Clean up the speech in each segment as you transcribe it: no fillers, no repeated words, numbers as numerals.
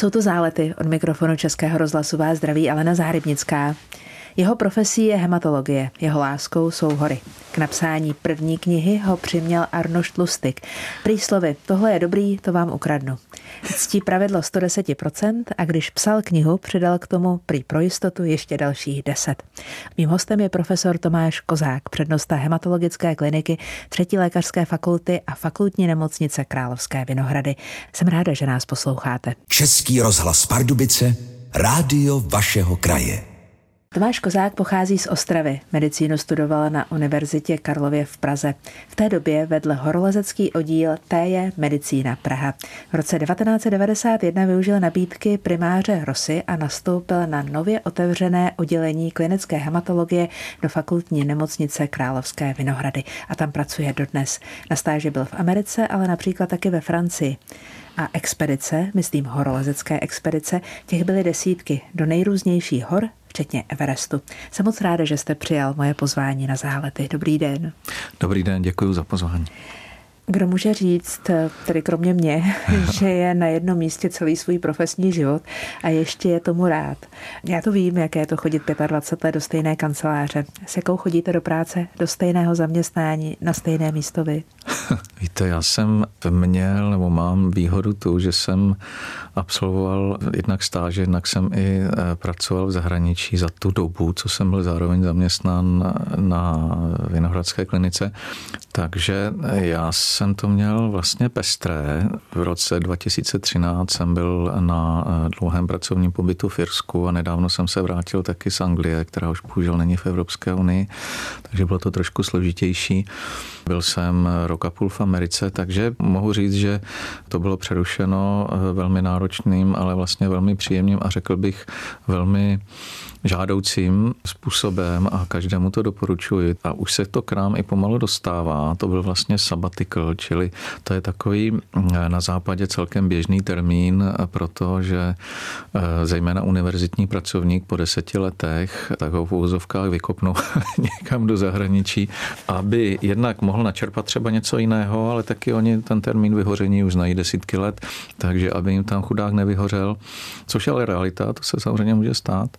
Jsou to Zálety, od mikrofonu Českého rozhlasu vás zdraví Alena Záhrybnická. Jeho profesí je hematologie, jeho láskou jsou hory. K napsání první knihy ho přiměl Arnošt Lustig. Prý slovy, tohle je dobrý, to vám ukradnu. Ctí pravidlo 110% a když psal knihu, přidal k tomu prý pro jistotu ještě dalších 10. Mým hostem je profesor Tomáš Kozák, přednosta hematologické kliniky 3. lékařské fakulty a fakultní nemocnice Královské Vinohrady. Jsem ráda, že nás posloucháte. Český rozhlas Pardubice, rádio vašeho kraje. Tomáš Kozák pochází z Ostravy. Medicínu studoval na Univerzitě Karlově v Praze. V té době vedl horolezecký oddíl TJ Medicína Praha. V roce 1991 využil nabídky primáře Rosy a nastoupil na nově otevřené oddělení klinické hematologie do fakultní nemocnice Královské Vinohrady. A tam pracuje dodnes. Na stáži byl v Americe, ale například taky ve Francii. A expedice, myslím horolezecké expedice, těch byly desítky do nejrůznějších hor, včetně Everestu. Jsem moc ráda, že jste přijal moje pozvání na Zálety. Dobrý den. Dobrý den, děkuji za pozvání. Kdo může říct, tedy kromě mě, že je na jednom místě celý svůj profesní život a ještě je tomu rád. Já to vím, jaké je to chodit 25 let do stejné kanceláře. S jakou chodíte do práce, do stejného zaměstnání, na stejné místo vy? Víte, já jsem měl, nebo mám výhodu tu, že jsem absolvoval jednak stáže, jednak jsem i pracoval v zahraničí za tu dobu, co jsem byl zároveň zaměstnán na Vinohradské klinice. Takže já jsem to měl vlastně pestré. V roce 2013 jsem byl na dlouhém pracovním pobytu v Irsku a nedávno jsem se vrátil taky z Anglie, která už bohužel není v Evropské unii, takže bylo to trošku složitější. Byl jsem rok a půl v Americe, takže mohu říct, že to bylo přerušeno velmi náročným, ale vlastně velmi příjemným a řekl bych velmi žádoucím způsobem a každému to doporučuji. A už se to k nám i pomalu dostává. To byl vlastně sabbatical, čili to je takový na západě celkem běžný termín, protože zejména univerzitní pracovník po 10 letech tak ho v úvozovkách vykopnou někam do zahraničí, aby jednak mohl načerpat třeba něco jiného, ale taky oni ten termín vyhoření už znají desítky let, takže aby jim tam chudák nevyhořel, což je ale realita, to se samozřejmě může stát.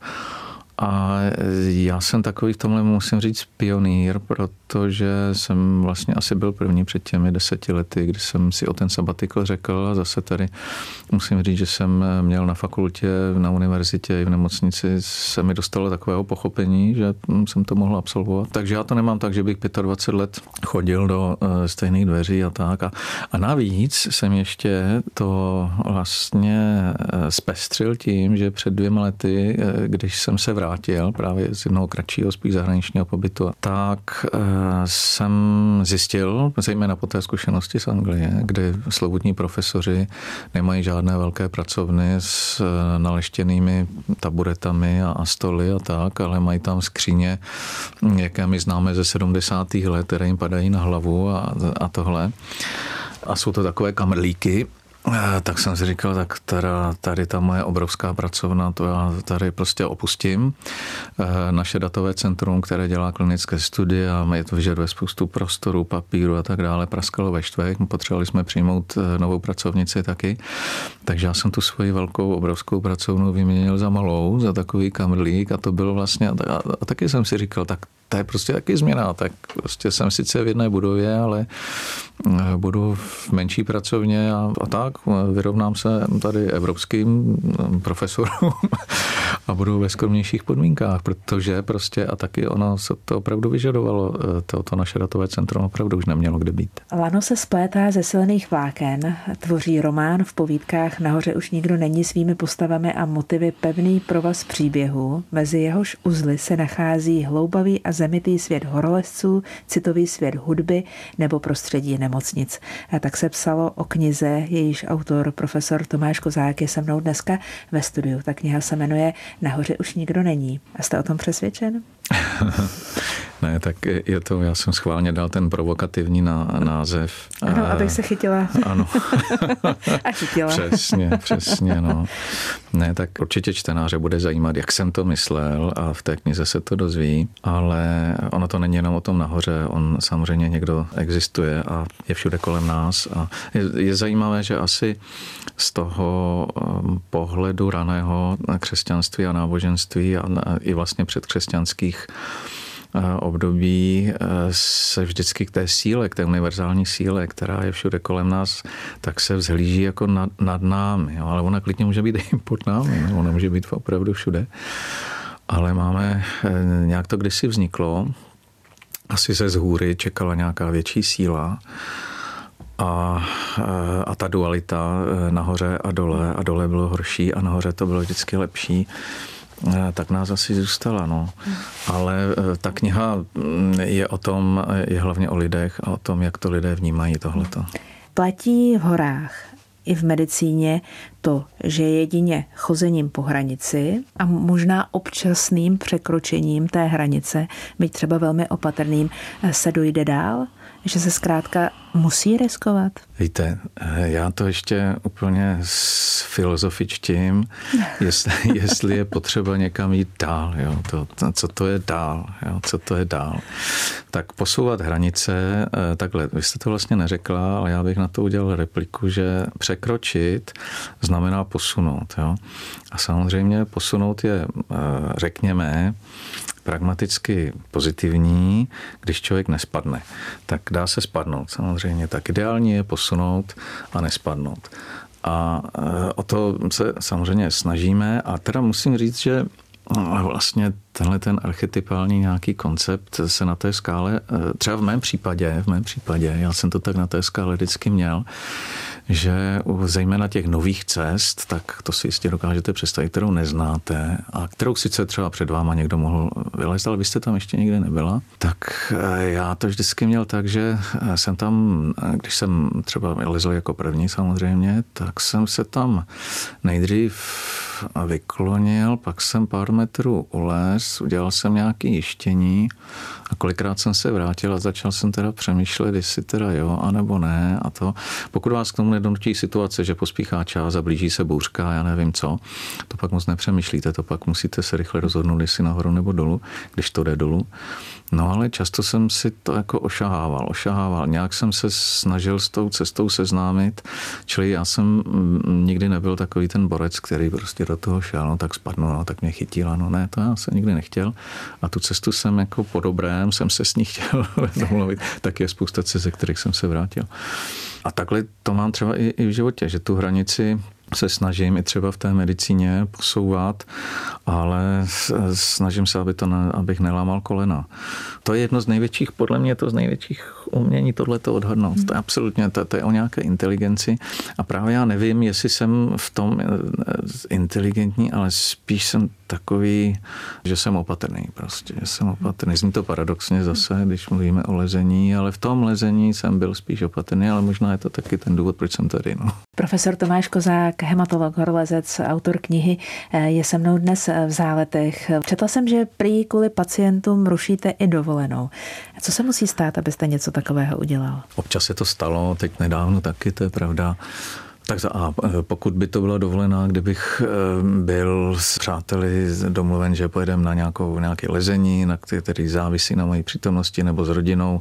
A já jsem takový v tomhle, musím říct, pionýr, protože jsem vlastně asi byl první před těmi 10 lety, kdy jsem si o ten sabbatical řekl a zase tady musím říct, že jsem měl na fakultě, na univerzitě i v nemocnici se mi dostalo takového pochopení, že jsem to mohl absolvovat. Takže já to nemám tak, že bych 25 let chodil do stejných dveří a tak. A navíc jsem ještě to vlastně zpestřil tím, že před 2 lety, když jsem se vrátil právě z jednoho kratšího spíš zahraničního pobytu, tak jsem zjistil, zejména po té zkušenosti z Anglie, kde slovutní profesoři nemají žádné velké pracovny s naleštěnými taburetami a stoly a tak, ale mají tam skříně, jaké my známe ze 70. let, které jim padají na hlavu a tohle. A jsou to takové kamrlíky. Tak jsem si říkal, tak tady ta moje obrovská pracovna, to já tady prostě opustím. Naše datové centrum, které dělá klinické studie a je to vyžaduje spoustu prostoru, papíru a tak dále, praskalo ve štvech. Potřebovali jsme přijmout novou pracovnici taky. Takže já jsem tu svoji velkou, obrovskou pracovnu vyměnil za malou, za takový kamrlík a to bylo vlastně, a taky jsem si říkal, tak to je prostě taky změna. Tak prostě jsem sice v jedné budově, ale budu v menší pracovně a tak vyrovnám se tady evropským profesorům a budu ve skromnějších podmínkách, protože prostě a taky ono se to opravdu vyžadovalo. To naše datové centrum opravdu už nemělo kde být. Lano se splétá ze silných vláken, tvoří román v povídkách Nahoře už nikdo není svými postavami a motivy pevný provaz příběhu, mezi jehož uzly se nachází hloubavý a zemitý svět horolezců, citový svět hudby nebo prostředí nemocnic. A tak se psalo o knize, jejíž autor profesor Tomáš Kozák je se mnou dneska ve studiu. Ta kniha se jmenuje Nahoře už nikdo není. A jste o tom přesvědčen? Ne, tak je to, já jsem schválně dal ten provokativní název. Ano, abych se chytila. Ano. A chytila. Přesně, no. Ne, tak určitě čtenáře bude zajímat, jak jsem to myslel a v té knize se to dozví, ale ono to není jenom o tom nahoře, on samozřejmě někdo existuje a je všude kolem nás a je zajímavé, že asi z toho pohledu raného křesťanství a náboženství a i vlastně předkřesťanských období se vždycky k té síle, k té univerzální síle, která je všude kolem nás, tak se vzhlíží jako nad námi. Jo? Ale ona klidně může být i pod námi. Ona může být opravdu všude. Ale máme, nějak to kdysi vzniklo, asi se z hůry čekala nějaká větší síla a ta dualita nahoře a dole bylo horší a nahoře to bylo vždycky lepší. Tak nás asi zůstala, no. Ale ta kniha je hlavně o lidech a o tom, jak to lidé vnímají tohleto. Platí v horách i v medicíně to, že jedině chozením po hranici a možná občasným překročením té hranice, byť třeba velmi opatrným, se dojde dál? Že se zkrátka musí riskovat? Víte, já to ještě úplně filozofičtím, jestli je potřeba někam jít dál. Jo? Co to je dál? Jo? Co to je dál? Tak posouvat hranice, takhle, vy jste to vlastně neřekla, ale já bych na to udělal repliku, že překročit znamená posunout. Jo? A samozřejmě posunout je, řekněme, pragmaticky pozitivní, když člověk nespadne. Tak dá se spadnout samozřejmě. Tak ideální je posunout a nespadnout. A o to se samozřejmě snažíme a teda musím říct, že vlastně tenhle ten archetypální nějaký koncept se na té skále, třeba v mém případě, já jsem to tak na té skále vždycky měl, že zejména těch nových cest, tak to si jistě dokážete představit, kterou neznáte a kterou sice třeba před váma někdo mohl vylézt, ale vy jste tam ještě nikdy nebyla, tak já to vždycky měl tak, že jsem tam, když jsem třeba lezl jako první samozřejmě, tak jsem se tam nejdřív vyklonil, pak jsem pár metrů ulez, udělal jsem nějaké jištění a kolikrát jsem se vrátil a začal jsem teda přemýšlet, jestli teda jo, anebo ne a to. Pokud vás k tomu nedonutí situace, že pospíchá čas a blíží se bouřka, já nevím co, to pak moc nepřemýšlíte, to pak musíte se rychle rozhodnout, jestli nahoru nebo dolů, když to jde dolů. No ale často jsem si to jako ošahával. Nějak jsem se snažil s tou cestou seznámit, čili já jsem nikdy nebyl takový ten borec, který prostě do toho šel, no tak spadnu, no tak mě chytila, no ne, to já jsem nikdy nechtěl. A tu cestu jsem jako po dobrém, jsem se s ní chtěl domluvit, tak je spousta cest, ze kterých jsem se vrátil. A takhle to mám třeba i v životě, že tu hranici se snažím i třeba v té medicíně posouvat, ale snažím se, abych nelámal kolena. To je jedno z největších, podle mě to z největších umění tohleto odhadnout. To je absolutně, to je o nějaké inteligenci a právě já nevím, jestli jsem v tom inteligentní, ale spíš jsem takový, že jsem opatrný prostě, že jsem opatrný. Zní to paradoxně zase, když mluvíme o lezení, ale v tom lezení jsem byl spíš opatrný, ale možná je to taky ten důvod, proč jsem tady. No. Profesor Tomáš Kozák, hematolog, horolezec, autor knihy, je se mnou dnes v Záletech. Četla jsem, že prý kvůli pacientům rušíte i dovolenou. Co se musí stát, abyste něco takového udělal? Občas se to stalo, teď nedávno taky, to je pravda. Tak pokud by to byla dovolená, kdybych byl s přáteli domluven, že pojedeme na nějaké lezení, na který závisí na mojí přítomnosti, nebo s rodinou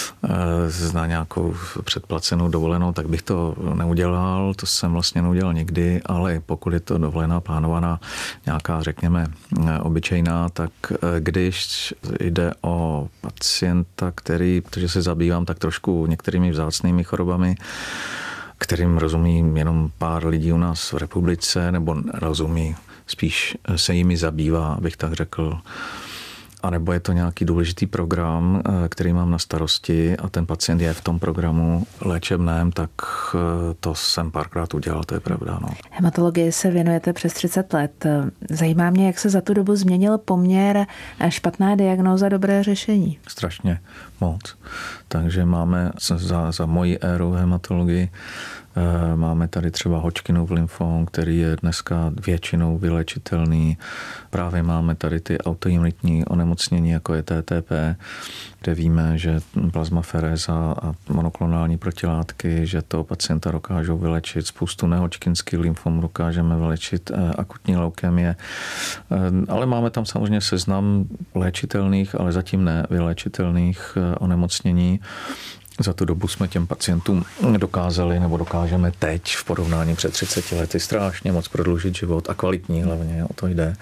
na nějakou předplacenou dovolenou, tak bych to neudělal, to jsem vlastně neudělal nikdy, ale pokud je to dovolená plánovaná nějaká, řekněme, obyčejná, tak když jde o pacienta, protože se zabývám tak trošku některými vzácnými chorobami, kterým rozumí jenom pár lidí u nás v republice, nebo rozumí, spíš se jimi zabývá, abych tak řekl. A nebo je to nějaký důležitý program, který mám na starosti a ten pacient je v tom programu léčebném, tak to jsem párkrát udělal, to je pravda. No. Hematologii se věnujete přes 30 let. Zajímá mě, jak se za tu dobu změnil poměr špatná diagnóza, dobré řešení. Strašně moc. Takže máme za moji éru hematologii Máme tady třeba Hodgkinův lymfom, který je dneska většinou vylečitelný. Právě máme tady ty autoimunitní onemocnění, jako je TTP, kde víme, že plasmaferéza a monoklonální protilátky, že toho pacienta dokážou vylečit. Spoustu nehodgkinských lymfom dokážeme vylečit, akutní leukemie. Ale máme tam samozřejmě seznam léčitelných, ale zatím nevylečitelných onemocnění. Za tu dobu jsme těm pacientům dokázali, nebo dokážeme teď v porovnání před 30 lety strašně moc prodloužit život a kvalitní hlavně, o to jde.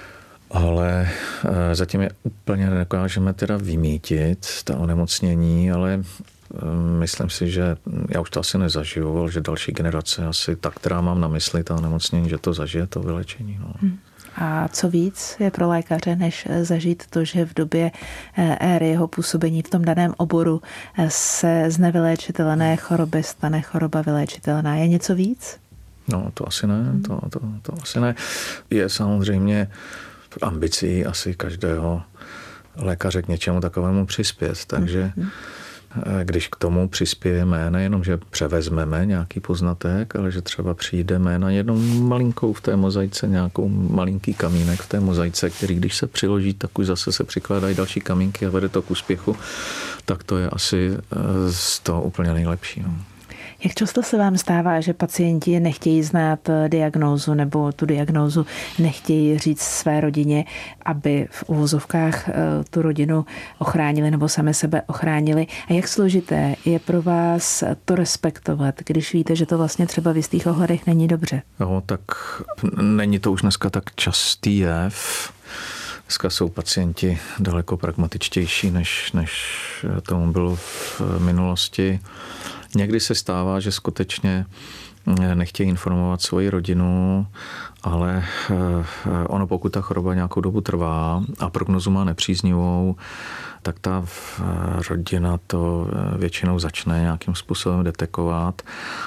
Ale zatím je úplně nedokážeme teda vymítit, ta onemocnění, ale myslím si, že já už to asi nezažiju, ale že další generace asi ta, která mám na mysli, ta onemocnění, že to zažije, to vylečení. No. A co víc je pro lékaře, než zažít to, že v době éry jeho působení v tom daném oboru se z nevyléčitelné choroby stane choroba vyléčitelná? Je něco víc? No, to asi ne. To asi ne. Je samozřejmě ambicí asi každého lékaře k něčemu takovému přispět, takže když k tomu přispějeme, nejenom, že převezmeme nějaký poznatek, ale že třeba přijdeme na jednou malinkou v té mozaice, nějakou malinký kamínek v té mozaice, který když se přiloží, tak už zase se přikládají další kamínky a vede to k úspěchu, tak to je asi z toho úplně nejlepší. No. Jak často se vám stává, že pacienti nechtějí znát diagnózu nebo tu diagnózu nechtějí říct své rodině, aby v uvozovkách tu rodinu ochránili nebo sami sebe ochránili? A jak složité je pro vás to respektovat, když víte, že to vlastně třeba v jistých ohledech není dobře? Jo, tak není to už dneska tak častý jev. Dneska jsou pacienti daleko pragmatičtější, než tomu bylo v minulosti. Někdy se stává, že skutečně nechtějí informovat svoji rodinu, ale ono, pokud ta choroba nějakou dobu trvá a prognozu má nepříznivou, tak ta rodina to většinou začne nějakým způsobem detekovat,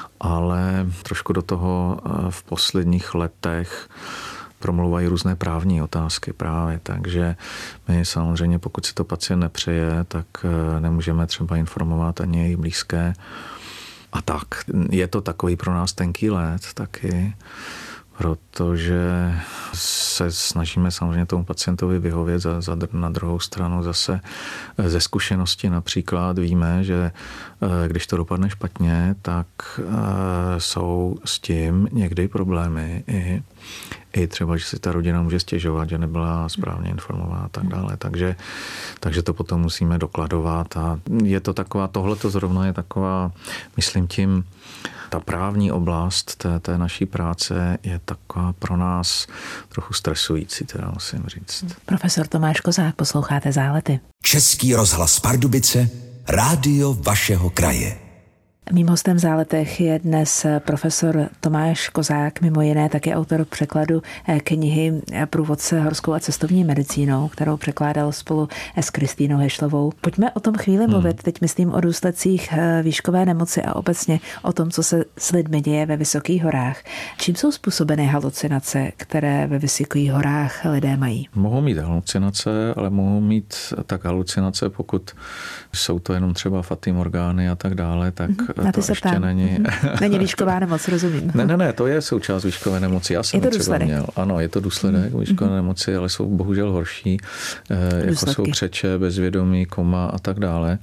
ale trošku do toho v posledních letech promlouvají různé právní otázky právě, takže my samozřejmě, pokud si to pacient nepřeje, tak nemůžeme třeba informovat ani jejich blízké. A tak, je to takový pro nás tenký led taky, protože se snažíme samozřejmě tomu pacientovi vyhovět, na druhou stranu zase ze zkušenosti například víme, že když to dopadne špatně, tak jsou s tím někdy problémy i třeba, že si ta rodina může stěžovat, že nebyla správně informovaná a tak dále. Takže to potom musíme dokladovat a je to taková, tohleto zrovna je taková, myslím tím, ta právní oblast té naší práce je taková pro nás trochu stresující, teda musím říct. Profesor Tomáš Kozák, posloucháte Zálety. Český rozhlas Pardubice, rádio vašeho kraje. Mým hostem v Záletech je dnes profesor Tomáš Kozák, mimo jiné také autor překladu knihy Průvodce horskou a cestovní medicínou, kterou překládal spolu s Kristýnou Hešlovou. Pojďme o tom chvíli mluvit, teď myslím o důsledcích výškové nemoci a obecně o tom, co se s lidmi děje ve vysokých horách. Čím jsou způsobeny halucinace, které ve vysokých horách lidé mají? Mohou mít halucinace, ale mohou mít tak halucinace, pokud jsou to jenom třeba fatamorgány a tak dále, tak na ty to se ještě ptám. není. Není výšková nemoc, rozumím. Ne, to je součást výškové nemoci. Já jsem je to třeba důsledek. měl. Ano, je to důsledek výškové nemoci, ale jsou bohužel horší, jako jsou křeče, bezvědomí, koma a tak dále.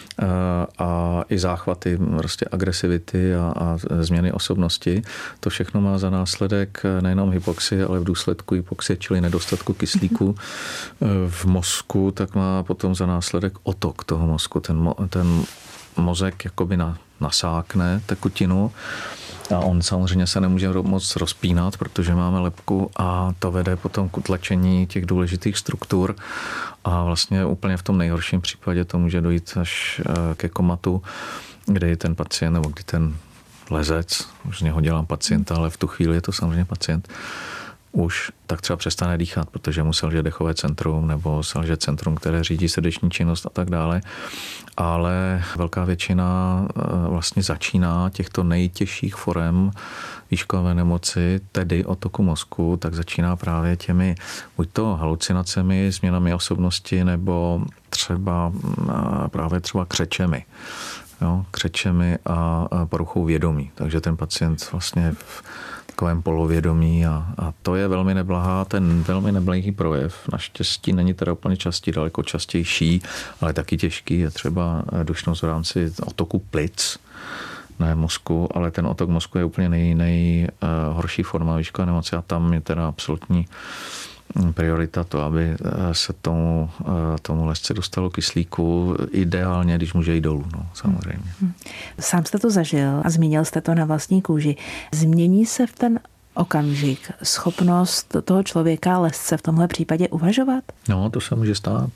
A i záchvaty, prostě agresivity a změny osobnosti. To všechno má za následek nejenom hypoxie, ale v důsledku hypoxie, čili nedostatku kyslíku v mozku, tak má potom za následek otok toho mozku. Ten mozek jakoby nasákne tekutinu a on samozřejmě se nemůže moc rozpínat, protože máme lebku a to vede potom k utlačení těch důležitých struktur a vlastně úplně v tom nejhorším případě to může dojít až ke komatu, kdy ten pacient nebo kdy ten lezec, už z něho dělám pacienta, ale v tu chvíli je to samozřejmě pacient, už tak třeba přestane dýchat, protože mu selže dechové centrum nebo selže centrum, které řídí srdeční činnost a tak dále. Ale velká většina vlastně začíná těchto nejtěžších forem výškové nemoci, tedy otoku mozku, tak začíná právě těmi buď to halucinacemi, změnami osobnosti nebo třeba křečemi. jo, křečemi a poruchou vědomí. Takže ten pacient vlastně v takovém polovědomí a to je velmi neblahá, ten velmi neblahý projev. Naštěstí není teda úplně častý, daleko častější, ale taky těžký. Je třeba dušnost v rámci otoku plic, ne mozku, ale ten otok mozku je úplně nejhorší forma výškové nemoci a tam je teda absolutní priorita to, aby se tomu lezci dostalo kyslíku, ideálně, když může jít dolů, no, samozřejmě. Sám jste to zažil a zmínil jste to na vlastní kůži. Změní se v ten okamžik schopnost toho člověka, lezce v tomhle případě uvažovat? No, to se může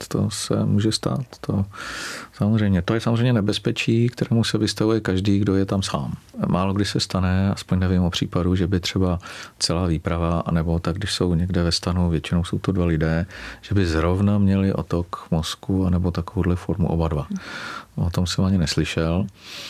stát. To je samozřejmě nebezpečí, kterému se vystavuje každý, kdo je tam sám. Málo kdy se stane, aspoň nevím o případu, že by třeba celá výprava, anebo tak, když jsou někde ve stanu, většinou jsou to 2 lidé, že by zrovna měli otok mozku, anebo takovouhle formu oba dva. O tom jsem ani neslyšel,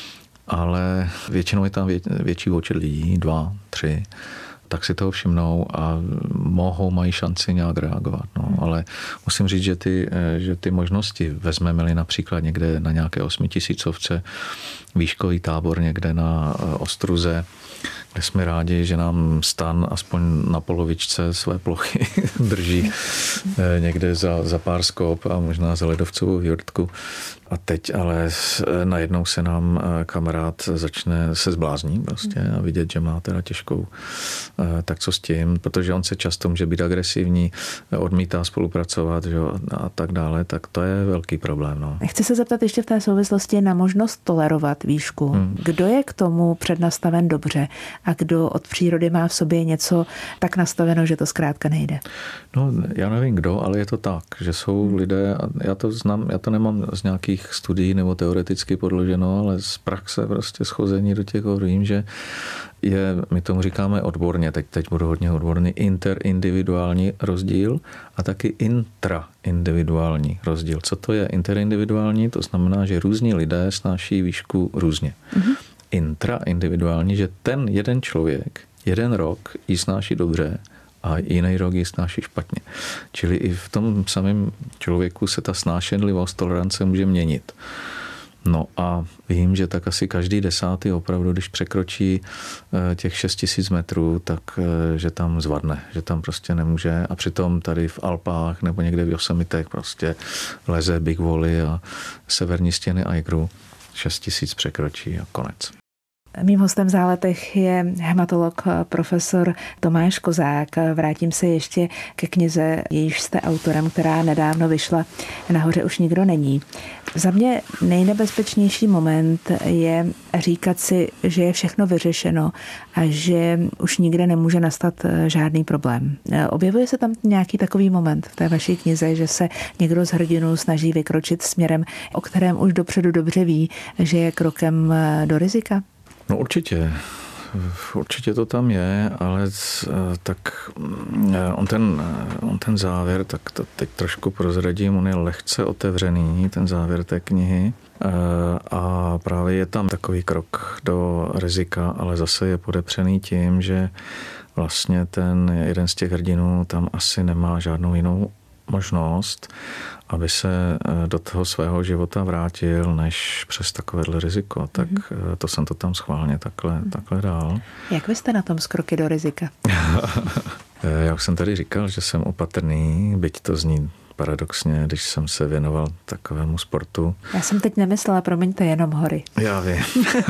ale většinou je tam větší počet lidí, 2, 3, tak si toho všimnou a mají šanci nějak reagovat. No. Ale musím říct, že ty možnosti, vezmeme-li například někde na nějaké 8000 výškový tábor někde na Ostruze, kde jsme rádi, že nám stan aspoň na polovičce své plochy drží někde za pár skop a možná za ledovcovou jurtku. A teď ale najednou se nám kamarád začne se zblázní prostě a vidět, že má teda těžkou, tak co s tím, protože on se často může být agresivní, odmítá spolupracovat, že, a tak dále, tak to je velký problém. No. Chci se zeptat ještě v té souvislosti na možnost tolerovat výšku. Kdo je k tomu přednastaven dobře a kdo od přírody má v sobě něco tak nastaveno, že to zkrátka nejde? No, já nevím kdo, ale je to tak, že jsou lidé, já to znám, já to nemám z nějakých studií nebo teoreticky podloženo, ale z praxe prostě schození do těch vím, že my tomu říkáme odborně, teď budu hodně odborný, interindividuální rozdíl a taky intraindividuální rozdíl. Co to je interindividuální? To znamená, že různí lidé snáší výšku různě. Intraindividuální, že ten jeden člověk, jeden rok ji snáší dobře a jiný rok ji snáší špatně. Čili i v tom samém člověku se ta snášenlivost, tolerance může měnit. No a vím, že tak asi každý 10. opravdu, když překročí těch 6000 metrů, tak že tam zvadne, že tam prostě nemůže a přitom tady v Alpách nebo někde v Yosemitech prostě leze Big Wally a severní stěny Aigru 6000 překročí a konec. Mým hostem v Záletech je hematolog profesor Tomáš Kozák. Vrátím se ještě ke knize, jejíž jste autorem, která nedávno vyšla. Nahoře už nikdo není. Za mě nejnebezpečnější moment je říkat si, že je všechno vyřešeno a že už nikde nemůže nastat žádný problém. Objevuje se tam nějaký takový moment v té vaší knize, že se někdo z hrdinů snaží vykročit směrem, o kterém už dopředu dobře ví, že je krokem do rizika? No určitě to tam je, ale tak on ten závěr, tak to teď trošku prozradím, on je lehce otevřený, ten závěr té knihy a právě je tam takový krok do rizika, ale zase je podepřený tím, že vlastně ten jeden z těch hrdinů tam asi nemá žádnou jinou možnost, aby se do toho svého života vrátil, než přes takovéhle riziko. Tak to jsem to tam schválně takhle dál. Jak vy jste na tom z kroky do rizika? Já už jsem tady říkal, že jsem opatrný, byť to zní paradoxně, když jsem se věnoval takovému sportu. Já jsem teď nemyslela, promiňte, jenom hory. Já vím.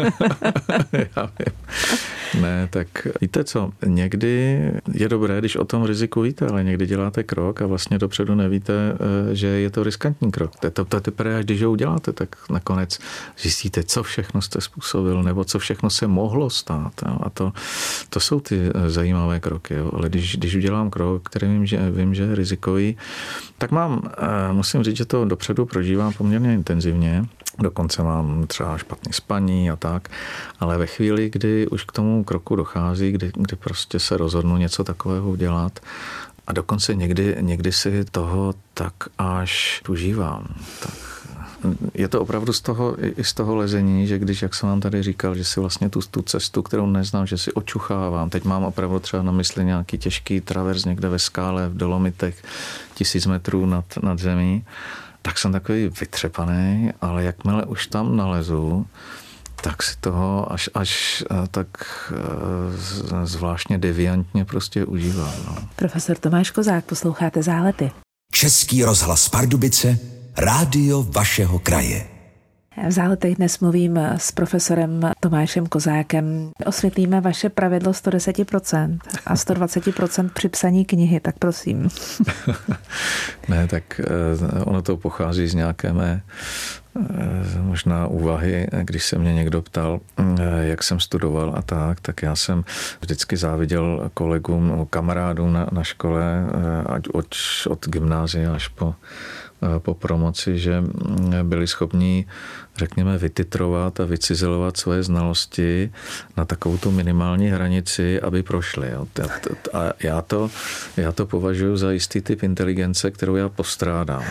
Ne, tak víte co, někdy je dobré, když o tom riziku víte, ale někdy děláte krok a vlastně dopředu nevíte, že je to riskantní krok. To teprve, až když ho uděláte, tak nakonec zjistíte, co všechno jste způsobil, nebo co všechno se mohlo stát. A to jsou ty zajímavé kroky. Jo. Ale když udělám krok, který vím, že je rizikový, tak musím říct, že to dopředu prožívám poměrně intenzivně. Dokonce mám třeba špatné spaní a tak, ale ve chvíli, kdy už k tomu kroku dochází, kdy prostě se rozhodnu něco takového udělat a dokonce někdy si toho tak až užívám. Tak je to opravdu z toho lezení, že když, jak jsem vám tady říkal, že si vlastně tu cestu, kterou neznám, že si očuchávám. Teď mám opravdu třeba na mysli nějaký těžký travers někde ve skále, v Dolomitech, 1000 metrů nad zemí. tak jsem takový vytřepaný, ale jakmile už tam nalezu, tak si toho až tak zvláštně deviantně prostě užívám. No. Profesor Tomáš Kozák, posloucháte Zálety. Český rozhlas Pardubice, rádio vašeho kraje. V Záletech dnes mluvím s profesorem Tomášem Kozákem. Osvětlíme vaše pravidlo 110% a 120% při psaní knihy, tak prosím. Ne, tak ono to pochází z nějaké mé možná úvahy, když se mě někdo ptal, jak jsem studoval a tak já jsem vždycky záviděl kolegům, kamarádům na škole, ať od gymnázia až po promoci, že byli schopní, řekněme, vytitrovat a vycizelovat svoje znalosti na takovou tu minimální hranici, aby prošli. A já to považuji za jistý typ inteligence, kterou já postrádám.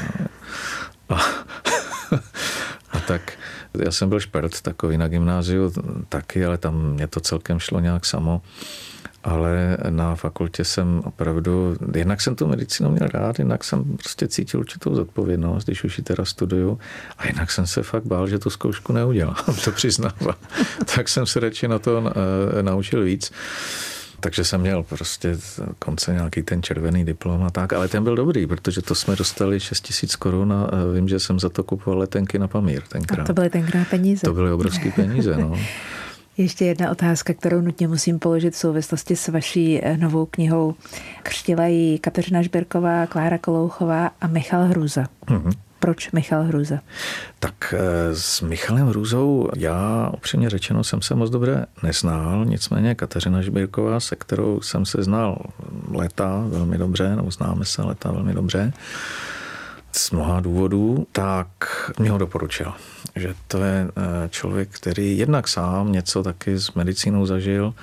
A tak já jsem byl špert takový na gymnáziu taky, ale tam mě to celkem šlo nějak samo. Ale na fakultě jsem opravdu, jednak jsem tu medicínu měl rád, jednak jsem prostě cítil určitou zodpovědnost, když už ji teda studuju, a jednak jsem se fakt bál, že tu zkoušku neudělám, to přiznávám. Tak jsem se radši na to naučil víc. Takže jsem měl prostě konce nějaký ten červený diplom a tak, ale ten byl dobrý, protože to jsme dostali 6 000 korun a vím, že jsem za to kupoval letenky na Pamír tenkrát. A to byly tenkrát peníze. To byly obrovský peníze, no. Ještě jedna otázka, kterou nutně musím položit v souvislosti s vaší novou knihou. Křtila ji Kateřina Žbirková, Klára Kolouchová a Michal Hrůza. Mm-hmm. Proč Michal Hrůza? Tak s Michalem Hrůzou já upřímně řečeno jsem se moc dobře neznal, nicméně Kateřina Žbirková, se kterou jsem se znal léta velmi dobře, nebo známe se léta velmi dobře, z mnoha důvodů, tak mě ho doporučil, že to je člověk, který jednak sám něco taky s medicínou zažil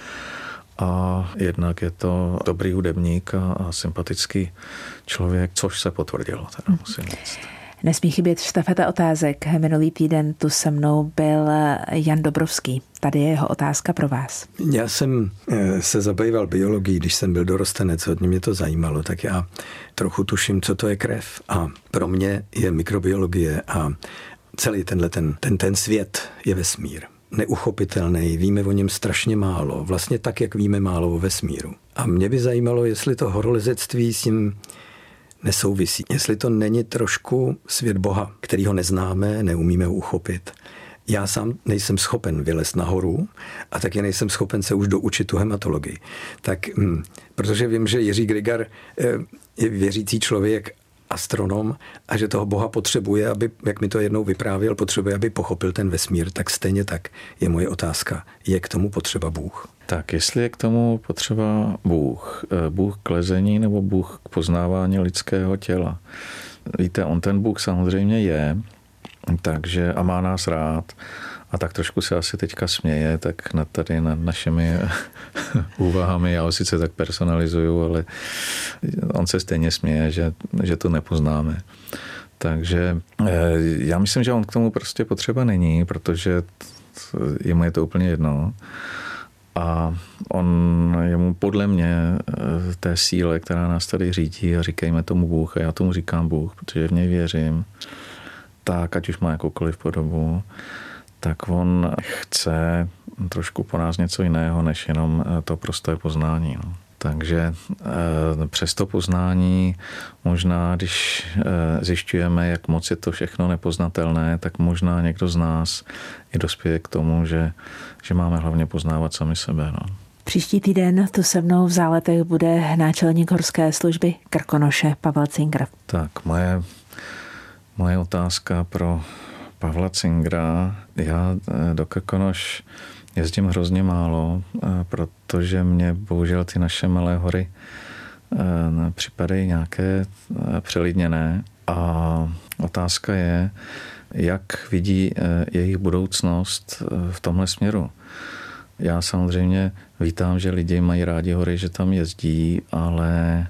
a jednak je to dobrý hudebník a sympatický člověk, což se potvrdilo, teda musím říct. Nesmí chybět štafeta otázek. Minulý týden tu se mnou byl Jan Dobrovský. Tady je jeho otázka pro vás. Já jsem se zabýval biologií, když jsem byl dorostenec, hodně mě to zajímalo, tak já trochu tuším, co to je krev. A pro mě je mikrobiologie a celý ten svět je vesmír. Neuchopitelný, víme o něm strašně málo, vlastně tak, jak víme málo o vesmíru. A mě by zajímalo, jestli to horolezectví s tím nesouvisí. Jestli to není trošku svět Boha, který ho neznáme, neumíme ho uchopit. Já sám nejsem schopen vylézt nahoru a taky nejsem schopen se už doučit tu hematologii. Tak, protože vím, že Jiří Grigar je věřící člověk, astronom, a že toho Boha potřebuje, aby, jak mi to jednou vyprávěl, potřebuje, aby pochopil ten vesmír, tak stejně tak je moje otázka. Je k tomu potřeba Bůh? Tak jestli je k tomu potřeba Bůh k lezení nebo Bůh k poznávání lidského těla. Víte, on ten Bůh samozřejmě je, takže a má nás rád, a tak trošku se asi teďka směje, tak tady nad našimi úvahami, já ho sice tak personalizuju, ale on se stejně směje, že to nepoznáme. Takže já myslím, že on k tomu prostě potřeba není, protože jemu je to úplně jedno. A jemu podle mě té síle, která nás tady řídí, a říkejme tomu Bůh, a já tomu říkám Bůh, protože v něj věřím, tak ať už má jakoukoliv podobu, tak on chce trošku po nás něco jiného, než jenom to prosté poznání. No. Takže přes to poznání možná, když zjišťujeme, jak moc je to všechno nepoznatelné, tak možná někdo z nás i dospěje k tomu, že máme hlavně poznávat sami sebe. No. Příští týden tu se mnou v Záletech bude náčelník horské služby Krkonoše Pavel Cingr. Tak, moje otázka pro Pavla Cingra. Já do Krkonoš jezdím hrozně málo, protože mě bohužel ty naše malé hory připadají nějaké přelidněné. A otázka je, jak vidí jejich budoucnost v tomhle směru. Já samozřejmě vítám, že lidi mají rádi hory, že tam jezdí, ale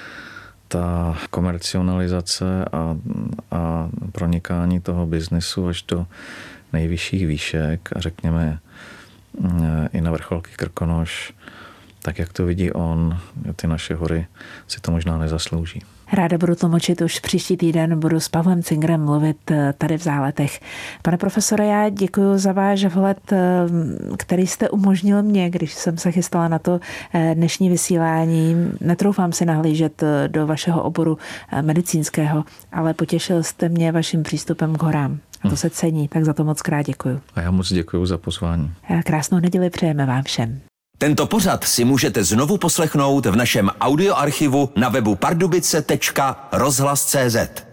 ta komercionalizace a pronikání toho biznesu až do nejvyšších výšek a řekněme i na vrcholky Krkonoš, tak jak to vidí on, ty naše hory si to možná nezaslouží. Ráda budu tlumočit už příští týden, budu s Pavlem Cingrem mluvit tady v Záletech. Pane profesore, já děkuji za váš vhled, který jste umožnil mě, když jsem se chystala na to dnešní vysílání. Netroufám si nahlížet do vašeho oboru medicínského, ale potěšil jste mě vaším přístupem k horám. A to se cení, tak za to moc krát děkuji. A já moc děkuji za pozvání. Krásnou neděli přejeme vám všem. Tento pořad si můžete znovu poslechnout v našem audioarchivu na webu pardubice.rozhlas.cz.